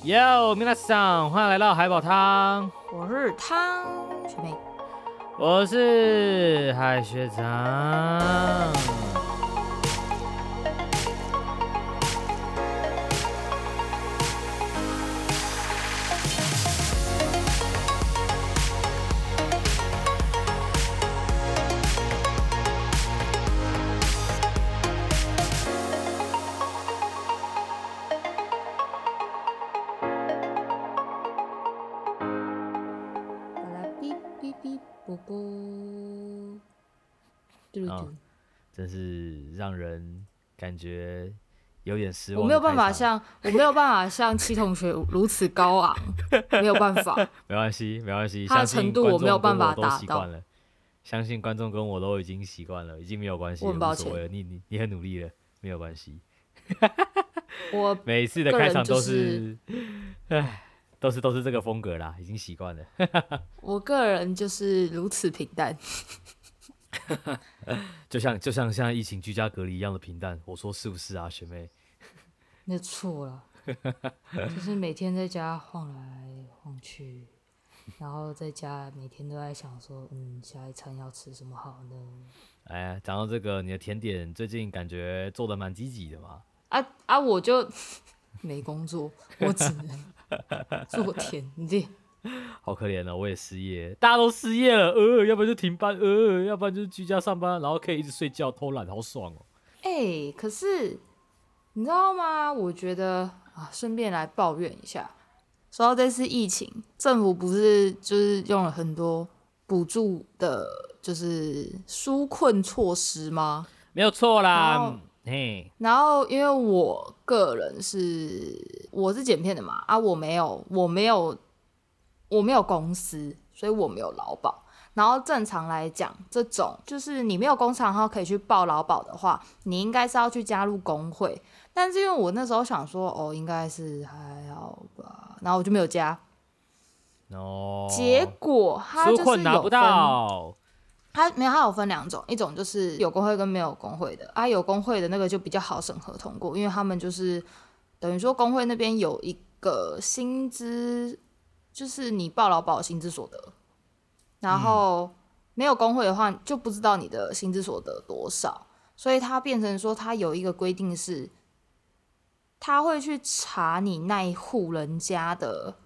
哟，皆さん，欢迎来到海宝汤。 我是汤学妹， 我是海学长。 巴拉哔哔哔啵啵，嘟嘟嘟。 真是让人感觉有点失望。 我没有办法像七同学如此高昂，没有办法。 没关系，没关系， 他的程度我没有办法达到。 相信观众跟我都已经习惯了，已经没有关系了， 我很抱歉。 你很努力了，没有关系。 我每一次的开场都是，都是这个风格啦，已经习惯了。 我个人就是如此平淡。 就像现在疫情居家隔离一样的平淡，我说是不是啊，学妹？ 没错了，就是每天在家晃来晃去，然后在家每天都在想说，下一餐要吃什么好呢？ 哎，讲到这个，你的甜点最近感觉做的蛮积极的嘛？ 我就没工作，我只能做甜点。 好可怜哦，我也失业，大家都失业了，要不然就停班，要不然就是居家上班，然后可以一直睡觉偷懒，好爽哦。 可是你知道吗？我觉得顺便来抱怨一下，说到这次疫情，政府不是就是用了很多补助的，就是纾困措施吗？ 没有错啦。嘿， 然后因为我个人我是剪片的嘛，我没有公司，所以我没有劳保。然后正常来讲，这种就是你没有工厂号可以去报劳保的话，你应该是要去加入工会。但是因为我那时候想说，应该是还好吧，然后我就没有加。结果他就是纾困拿不到。 它有分两种，一种就是有工会跟没有工会的有工会的那个就比较好审核通过，因为他们就是等于说工会那边有一个薪资，就是你报劳保薪资所得，然后没有工会的话就不知道你的薪资所得多少，所以它变成说它有一个规定是，他会去查你那一户人家的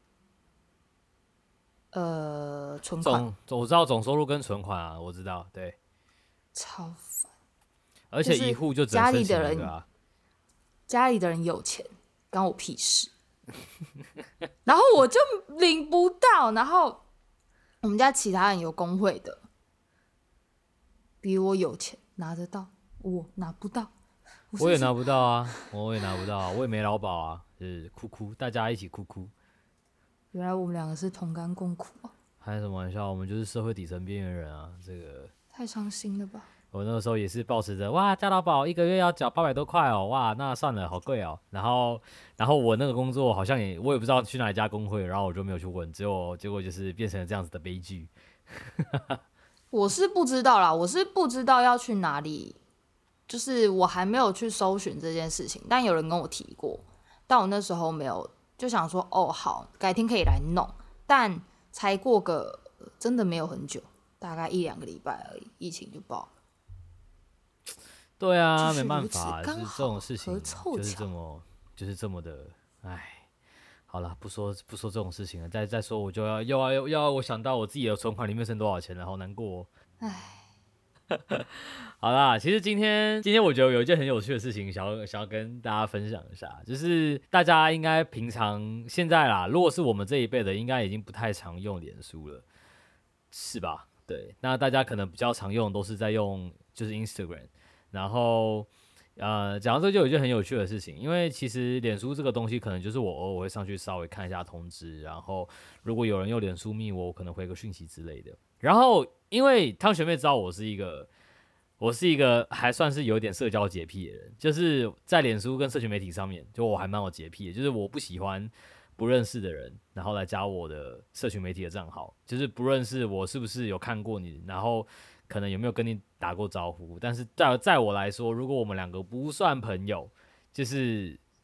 存款。 我知道总收入跟存款啊，我知道，对， 超烦。 而且一户就只能申请一个啊。 家里的人有钱，关我屁事。然后我就领不到，然后我们家其他人有工会的，比我有钱，拿得到，我拿不到。 我也拿不到啊，我也拿不到啊，我也没劳保啊，就是哭哭，大家一起哭哭。 原来我们两个是同甘共苦啊！ 开什么玩笑，我们就是社会底层边缘人啊，这个太伤心了吧！ 我那个时候也是抱持着哇，加劳保一个月要缴800多块哦，哇，那算了，好贵哦。然后我那个工作好像我也不知道去哪一家工会，然后我就没有去问，结果就是变成了这样子的悲剧。 我是不知道啦，我是不知道要去哪里，就是我还没有去搜寻这件事情，但有人跟我提过，但我那时候没有，就想说好，改天可以来弄，但才过个真的没有很久，大概1-2个礼拜而已，疫情就爆了。 对啊，没办法， 就是这种事情就是这么的，唉，好了，不说这种事情了，再说我就要我想到我自己的存款里面剩多少钱了，好难过。 唉， 好啦，其实今天我觉得有一件很有趣的事情想要跟大家分享一下，就是大家应该平常现在啦，如果是我们这一辈的，应该已经不太常用脸书了，是吧？对，那大家可能比较常用都是在用就是 Instagram。然后，讲到这就有一件很有趣的事情，因为其实脸书这个东西，可能就是我偶尔会上去稍微看一下通知，然后如果有人用脸书密我可能回个讯息之类的。然后，因为汤学妹知道我是一个还算是有点社交洁癖的人，就是在脸书跟社群媒体上面，就我还蛮有洁癖的，就是我不喜欢不认识的人，然后来加我的社群媒体的账号，就是不认识我是不是有看过你，然后可能有没有跟你打过招呼，但是在我来说，如果我们两个不算朋友，就是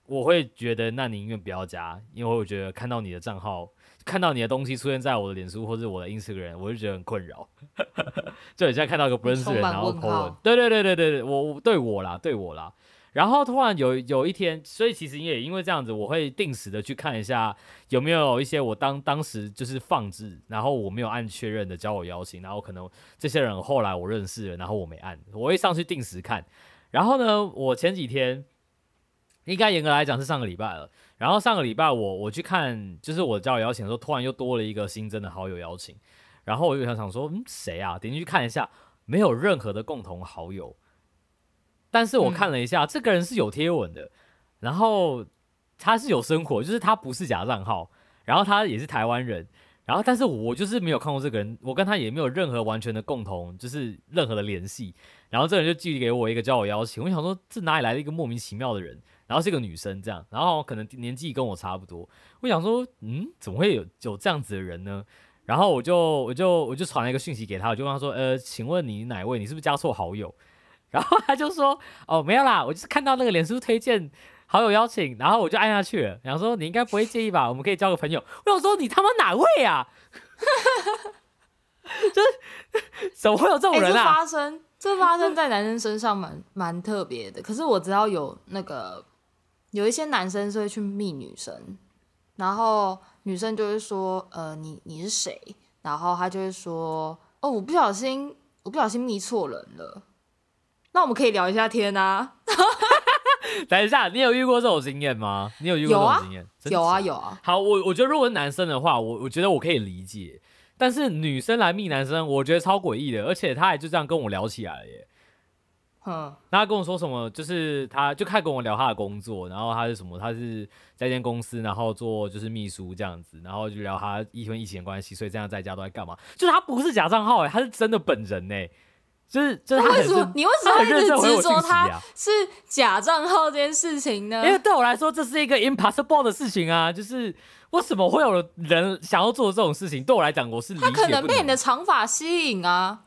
我会觉得那宁愿不要加，因为我觉得看到你的账号，看到你的东西出现在我的脸书或者我的 Instagram，我就觉得很困扰。就很像看到一个不认识的人，然后 po 文。对对对对对对，对我啦。然后突然有一天，所以其实也因为这样子，我会定时的去看一下有没有一些我当时就是放置，然后我没有按确认的交友邀请，然后可能这些人后来我认识了，然后我没按，我会上去定时看。然后呢，我前几天应该严格来讲是上个礼拜了，然后上个礼拜我去看就是我交友邀请的时候，突然又多了一个新增的好友邀请，然后我就想说，谁啊？点进去看一下，没有任何的共同好友。但是我看了一下，这个人是有贴文的，然后他是有生活，就是他不是假账号，然后他也是台湾人，然后但是我就是没有看过这个人，我跟他也没有任何完全的共同，就是任何的联系，然后这个人就寄给我一个交友邀请，我想说这哪里来的一个莫名其妙的人，然后是一个女生这样，然后可能年纪跟我差不多，我想说怎么会有这样子的人呢？然后我就传了一个讯息给他，我就问他说请问你哪位？你是不是加错好友？然后他就说哦没有啦，我就是看到那个脸书推荐好友邀请，然后我就按下去了。然后说你应该不会介意吧？我们可以交个朋友。我想说你他妈哪位啊？就是怎么会有这种人啊？ 这发生在男生身上蛮特别的。可是我知道有一些男生是会去密女生，然后女生就会说你是谁？然后他就会说哦我不小心密错人了。那我们可以聊一下天啊。 等一下，你有遇过这种经验吗？你有遇过这种经验？ 有啊。 好，我觉得如果是男生的话，我觉得我可以理解，但是女生来密男生，我觉得超诡异的，而且他也就这样跟我聊起来了耶。他跟我说什么，就是他就开始跟我聊他的工作，然后他是什么，他是在一间公司，然后做就是秘书这样子，然后就聊他因为疫情的关系，所以这样在家都在干嘛？就是他不是假账号他是真的本人就是他你为什么会一直执着他是假账号这件事情呢？ 因为对我来说这是一个 impossible 的事情啊，就是为什么会有人想要做这种事情？对我来讲，我是理解不了。 他可能被你的长发吸引啊。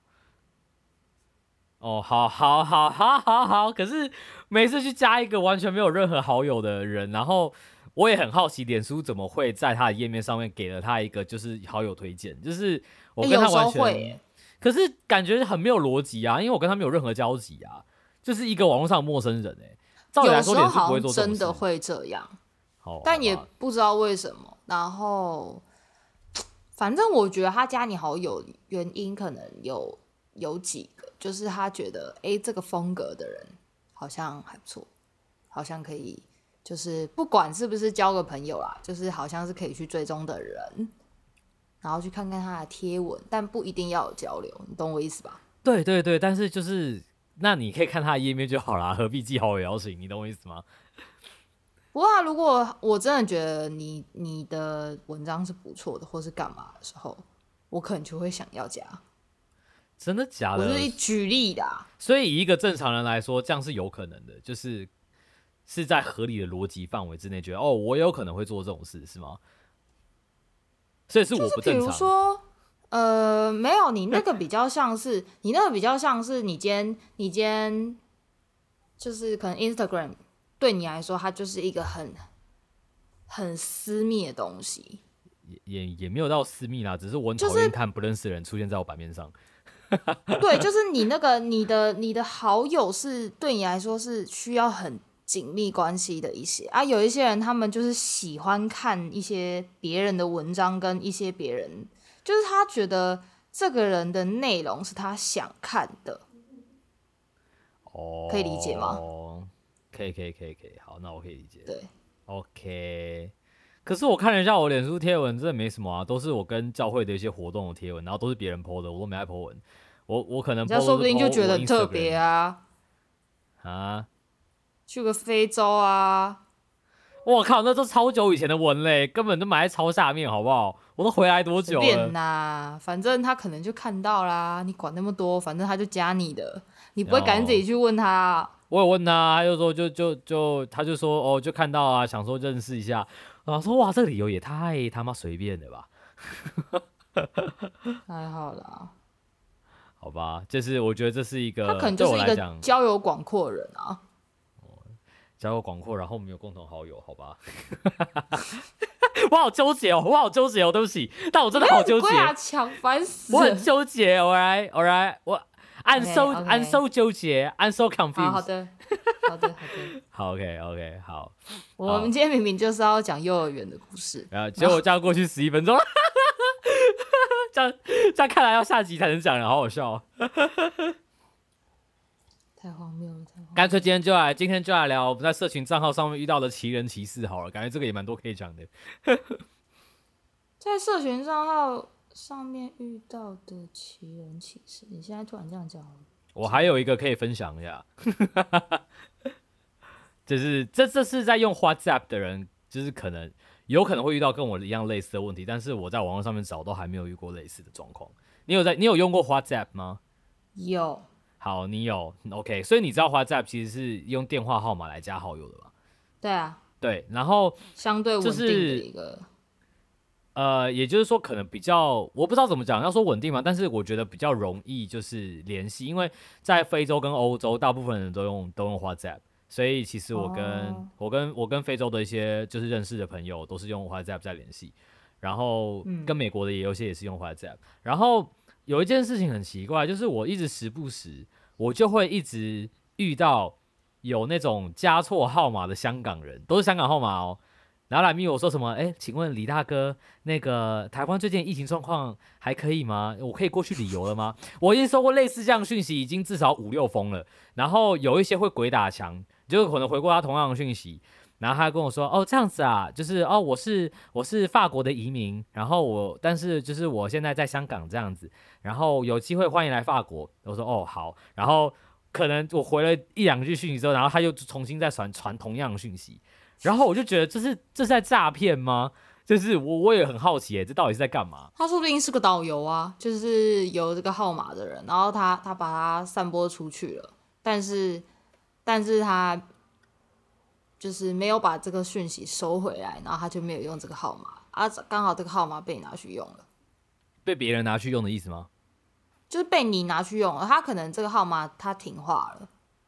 哦，好，可是每次去加一个完全没有任何好友的人，然后我也很好奇，脸书怎么会在他的页面上面给了他一个就是好友推荐，就是我跟他完全。可是感觉很没有逻辑啊，因为我跟他没有任何交集啊，就是一个网络上的陌生人照理来说，脸书不会做这种事。 真的会这样，但也不知道为什么。然后，反正我觉得他加你好友原因可能有几个，就是他觉得这个风格的人好像还不错，好像可以，就是不管是不是交个朋友啦，就是好像是可以去追踪的人。然后去看看他的贴文，但不一定要有交流，你懂我意思吧？ 对，但是就是那你可以看他的页面就好啦，何必寄好友邀请？你懂我意思吗？ 不过如果我真的觉得你的文章是不错的，或是干嘛的时候，我可能就会想要加。 真的假的？ 我是举例的所以以一个正常人来说，这样是有可能的，就是在合理的逻辑范围之内，觉得我有可能会做这种事，是吗？所以是我不正常。 比如说，没有，你那个比较像是，你今天就是可能 Instagram 对你来说，它就是一个很私密的东西。 也没有到私密啦，只是我很讨厌看不认识的人出现在我版面上。 对，就是你的好友是对你来说是需要很紧密关系的一些有一些人他们就是喜欢看一些别人的文章，跟一些别人就是他觉得这个人的内容是他想看的。可以理解吗？ 可以，好，那我可以理解。 对 ，OK。可是我看了一下我脸书贴文，真的没什么啊，都是我跟教会的一些活动的贴文，然后都是别人 po 的，我都没爱 po 文。我可能 po 人家说不定就觉得很特别啊。去个非洲啊！ 我靠，那都超久以前的文嘞，根本就埋在超下面，好不好？我都回来多久了？随便啦，反正他可能就看到啦，你管那么多，反正他就加你的，你不会赶紧自己去问他我有问他，他就说他就说就看到啊，想说认识一下。然后说哇，这个理由也太他妈随便了吧？ 还好啦， 好吧，就是我觉得这是一个他可能就是一个交友广阔的人啊。 交友广阔，然后没有共同好友，好吧？我好纠结哦，我好纠结哦，对不起，但我真的好纠结。 抢烦死了！ 我很纠结 ，alright alright， I'm so 纠结 ，I'm so confused。 好的。 好 OK 好。 我们今天明明就是要讲幼儿园的故事， 然后结果这样过去11分钟，这样看来要下集才能讲了，好好笑哦。 太荒谬了， 干脆今天就来聊我们在社群账号上面遇到的奇人奇事好了，感觉这个也蛮多可以讲的。 在社群账号上面遇到的奇人奇事，你现在突然这样讲， 我还有一个可以分享一下，就是这是在用 WhatsApp 的人，就是有可能会遇到跟我一样类似的问题，但是我在网络上面找都还没有遇过类似的状况。你有用过 WhatsApp 吗？ 有。 好，你有 OK， 所以你知道 WhatsApp 其实是用电话号码来加好友的吧？ 对啊。 对，然后相对稳定的一个。 也就是说，可能比较，我不知道怎么讲，要说稳定嘛，但是我觉得比较容易就是联系，因为在非洲跟欧洲，大部分人都用 WhatsApp， 所以其实我跟非洲的一些就是认识的朋友都是用 WhatsApp 在联系，然后跟美国的有些也是用 WhatsApp，然后有一件事情很奇怪，就是我一直时不时我就会一直遇到有那种加错号码的香港人，都是香港号码哦。然后来密我说什么？请问李大哥，那个台湾最近疫情状况还可以吗？我可以过去旅游了吗？我已经收过类似这样的讯息，已经至少5-6封了。然后有一些会鬼打墙，就可能回过他同样的讯息，然后他跟我说：“哦，这样子啊，就是哦，我是法国的移民，然后但是就是我现在在香港这样子，然后有机会欢迎来法国。”我说：“哦，好。”然后可能我回了1-2句讯息之后，然后他又重新再传同样的讯息。然后我就觉得这是在诈骗吗？就是我也很好奇，这到底是在干嘛？ 他说不定是个导游啊，就是有这个号码的人，然后他把它散播出去了，但是他就是没有把这个讯息收回来，然后他就没有用这个号码啊，刚好这个号码被你拿去用了， 被别人拿去用的意思吗？ 就是被你拿去用了，他可能这个号码他停话了。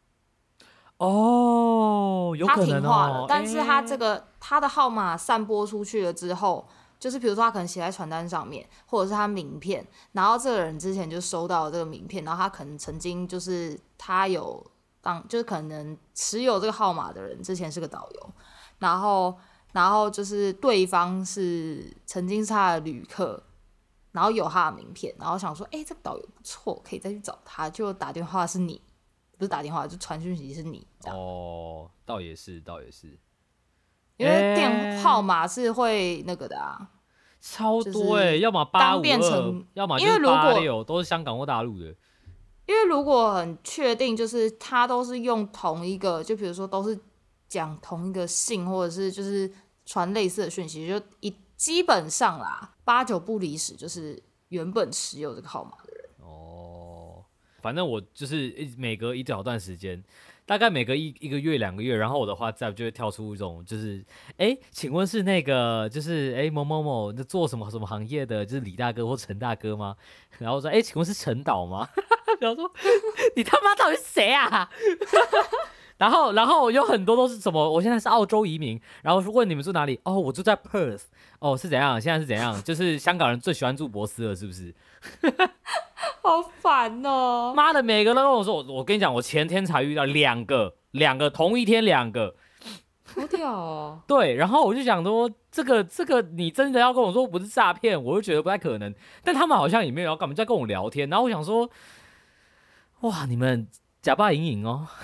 哦，有可能哦， 他停话了，但是他的号码散播出去了之后，就是比如说他可能写在传单上面，或者是他名片，然后这个人之前就收到了这个名片，然后他可能曾经就是他有就是可能持有这个号码的人之前是个导游，然后就是对方是曾经是他的旅客，然后有他的名片，然后想说，这个导游不错，可以再去找他，就打电话是你。不是打电话，就传讯息是你这样。 哦，倒也是， 因为电号码是会那个的啊， 超多要么852，要么就是86，都是香港或大陆的。 因为如果很确定，就是他都是用同一个，就比如说都是讲同一个姓，或者是就是传类似的讯息，就基本上啦，8-9不离10，就是原本持有这个号码的人。 反正我就是每隔一小段时间，大概每隔一个月2个月，然后我的 WhatsApp 就会跳出一种就是请问是那个就是某某某做什么什么行业的，就是李大哥或陈大哥吗？然后我说请问是陈导吗？然后说你他妈到底是谁啊？然后有很多都是什么，我现在是澳洲移民，然后问你们住哪里？哦，我住在 Perth。哦，是怎样？现在是怎样？就是香港人最喜欢住博斯了，是不是？ 好烦哦！ 妈的，每个人都跟我说，我跟你讲，我前天才遇到两个同一天2个， 好屌哦！ 对，然后我就想说，这个你真的要跟我说不是诈骗，我就觉得不太可能。但他们好像也没有要干嘛，在跟我聊天，然后我想说，哇，你们假扮隐隐哦。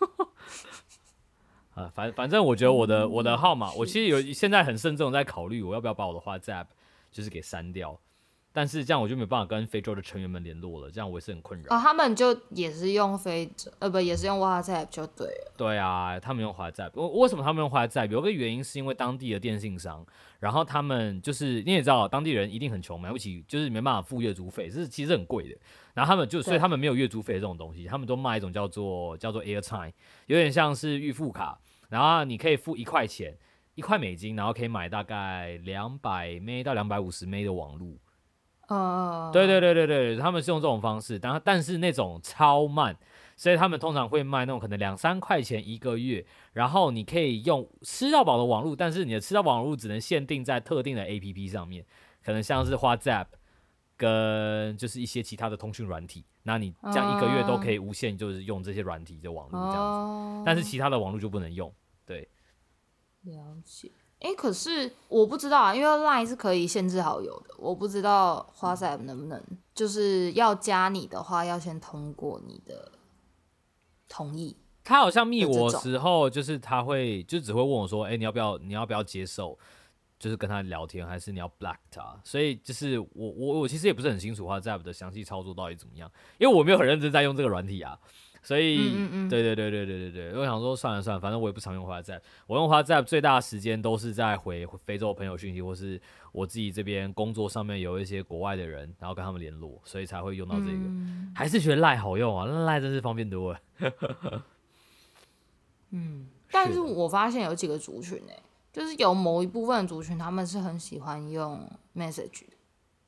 反正我觉得我的号码，我其实现在很慎重在考虑我要不要把我的 WhatsApp 就是给删掉。但是这样我就没办法跟非洲的成员们联络了，这样我也是很困扰。 他们就也是用也是用 WhatsApp 就对了。 对啊，他们用 WhatsApp。为什么他们用 WhatsApp？有个原因是因为当地的电信商，然后他们就是你也知道，当地人一定很穷，买不起，就是没办法付月租费，其实很贵的。然后他们所以他们没有月租费这种东西，他们都卖一种叫做 Airtime， 有点像是预付卡，然后你可以付1块钱，$1，然后可以买大概200 M 到250 M 的网路。 对，他们是用这种方式，但是那种超慢，所以他们通常会卖那种可能2-3块钱1个月，然后你可以用吃到饱的网络，但是你的吃到饱网络只能限定在特定的 APP 上面，可能像是 WhatsApp 跟就是一些其他的通讯软体，那你这样1个月都可以无限就是用这些软体的网络这样子，但是其他的网络就不能用，对。 了解。可是我不知道啊，因为 LINE 是可以限制好友的，我不知道 WhatsApp 能不能，就是要加你的话，要先通过你的同意。 他好像密我的时候，就是他会就只会问我说，你要不要接受，就是跟他聊天，还是你要 block 他？所以就是我其实也不是很清楚 WhatsApp 的详细操作到底怎么样，因为我没有很认真在用这个软体啊。所以，对，我想说算了，反正我也不常用 WhatsApp。我用 WhatsApp 最大的时间都是在回非洲朋友讯息，或是我自己这边工作上面有一些国外的人，然后跟他们联络，所以才会用到这个。还是觉得 LINE 好用啊，LINE 真是方便多了。 但是我发现有几个族群就是有某一部分的族群，他们是很喜欢用 message 的。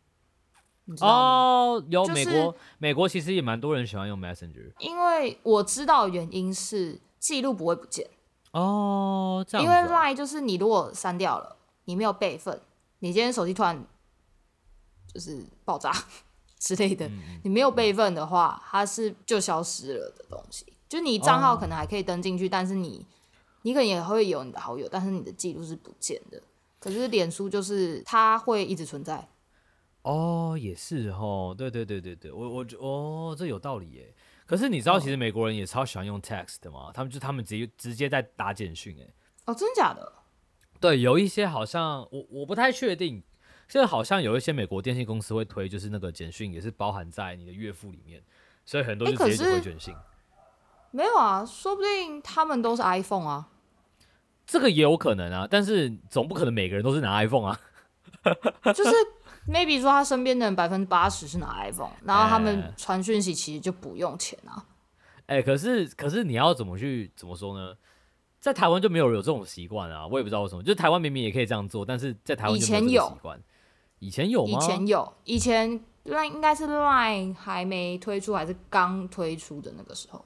有美国其实也蛮多人喜欢用 Messenger， 因为我知道的原因是记录不会不见这样子因为 LINE 就是你如果删掉了，你没有备份，你今天手机突然就是爆炸之类的，你没有备份的话，它是就消失了的东西。就你账号可能还可以登进去，但是你可能也会有你的好友，但是你的记录是不见的。可是脸书就是它会一直存在。 也是对，这有道理耶。可是你知道，其实美国人也超喜欢用 text 的吗？他们直接在打简讯真假的？ 对，有一些好像我不太确定，现在好像有一些美国电信公司会推，就是那个简讯也是包含在你的月付里面，所以很多就直接就回简讯。 没有啊，说不定他们都是 iPhone 啊。 这个也有可能啊，但是总不可能每个人都是拿 iPhone 啊。 就是 maybe 说他身边的人80%是拿 iPhone， 然后他们传讯息其实就不用钱啊。 可是你要怎么说呢？在台湾就没有这种习惯啊，我也不知道为什么。就是台湾明明也可以这样做，但是在台湾就没有这个习惯。以前有吗？ 以前应该是 LINE 还没推出，还是刚推出的那个时候。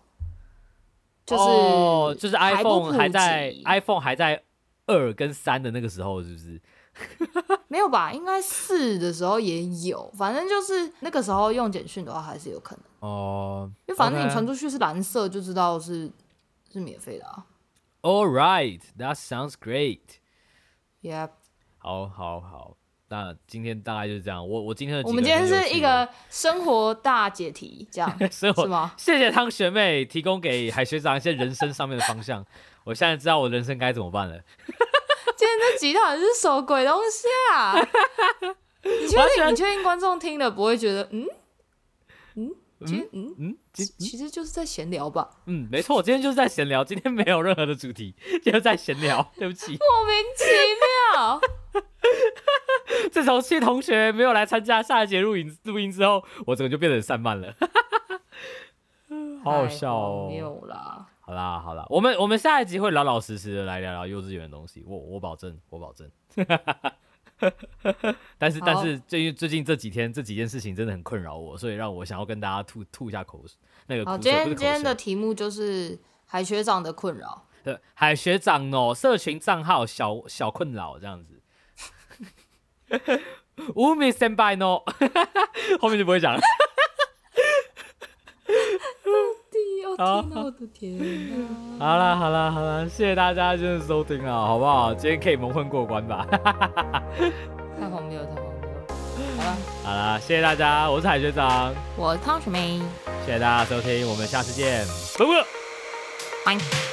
就是 iPhone 还在2跟3的那个时候，是不是？ 没有吧？应该4的时候也有，反正就是那个时候用简讯的话还是有可能因为反正你传出去是蓝色，就知道是免费的啊。 All right, that sounds great. Yep. 好，那今天大概就是这样。我今天的我们今天是一个生活大解题，这样是吗？ 谢谢汤学妹提供给海学长一些人生上面的方向。我现在知道我人生该怎么办了。 今天这集到底是什么鬼东西啊？你确定观众听了不会觉得其实就是在闲聊吧？ 没错，今天就是在闲聊，今天没有任何的主题，就是在闲聊。对不起， 莫名其妙。 自从谢同学没有来参加下一节录音之后，我整个就变得很散漫了。好好笑哦！ 没有啦。 好啦，我们下一集会老老实实的来聊聊幼稚园的东西，我保证。但是最近这几件事情真的很困扰我，所以让我想要跟大家吐一下口水。那个今天的题目就是海学长的困扰。 对，海学长社群账号小困扰这样子。乌米先輩の后面就不会讲了。 我的天啊！好啦，谢谢大家今天的收听啊，好不好？今天可以蒙混过关吧？ 太荒谬了！ 好啦，谢谢大家，我是海学长， 我是汤学妹， 谢谢大家收听，我们下次见，拜拜。